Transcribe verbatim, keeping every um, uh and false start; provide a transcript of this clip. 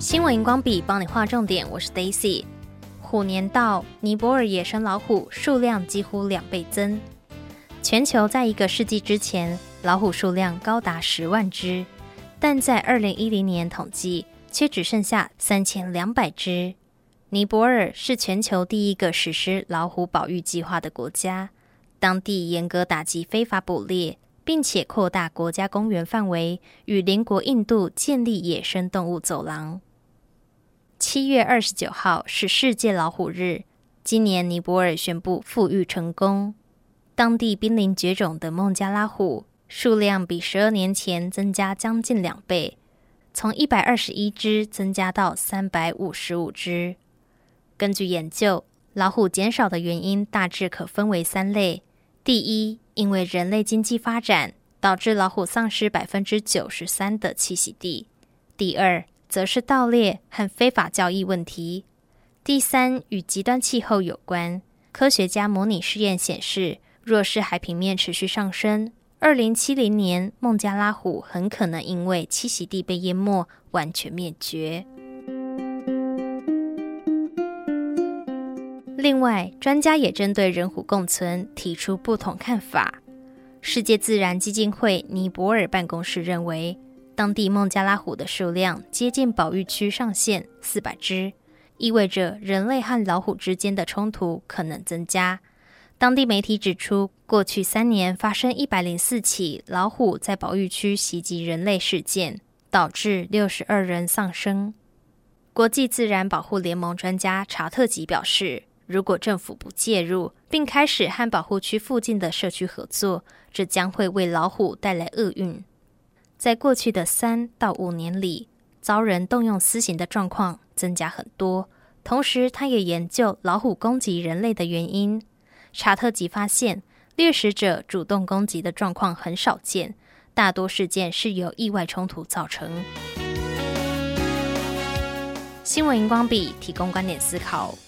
新闻荧光笔帮你画重点，我是 Daisy。 虎年到，尼泊尔野生老虎数量几乎两倍增。全球在一个世纪之前，老虎数量高达十万只，但在二零一零年统计却只剩下三千两百只。尼泊尔是全球第一个实施老虎保育计划的国家，当地严格打击非法捕猎，并且扩大国家公园范围，与邻国印度建立野生动物走廊。七月二十九号是世界老虎日，今年尼泊尔宣布复育成功。当地濒临绝种的孟加拉虎数量比十二年前增加将近两倍，从一百二十一只增加到三百五十五只。根据研究，老虎减少的原因大致可分为三类。第一，因为人类经济发展导致老虎丧失 百分之九十三 的栖息地。第二，则是盗猎和非法交易问题。第三，与极端气候有关。科学家模拟试验显示，若是海平面持续上升，二零七零年孟加拉虎很可能因为栖息地被淹没完全灭绝。另外，专家也针对人虎共存提出不同看法。世界自然基金会尼泊尔办公室认为，当地孟加拉虎的数量接近保育区上限四百只，意味着人类和老虎之间的冲突可能增加。当地媒体指出，过去三年发生一百零四起老虎在保育区袭击人类事件，导致六十二人丧生。国际自然保护联盟专家查特吉表示，如果政府不介入，并开始和保护区附近的社区合作，这将会为老虎带来厄运。在过去的三到五年里，遭人动用私刑的状况增加很多。同时，他也研究老虎攻击人类的原因。查特吉发现，掠食者主动攻击的状况很少见，大多事件是由意外冲突造成。新闻荧光笔提供观点思考。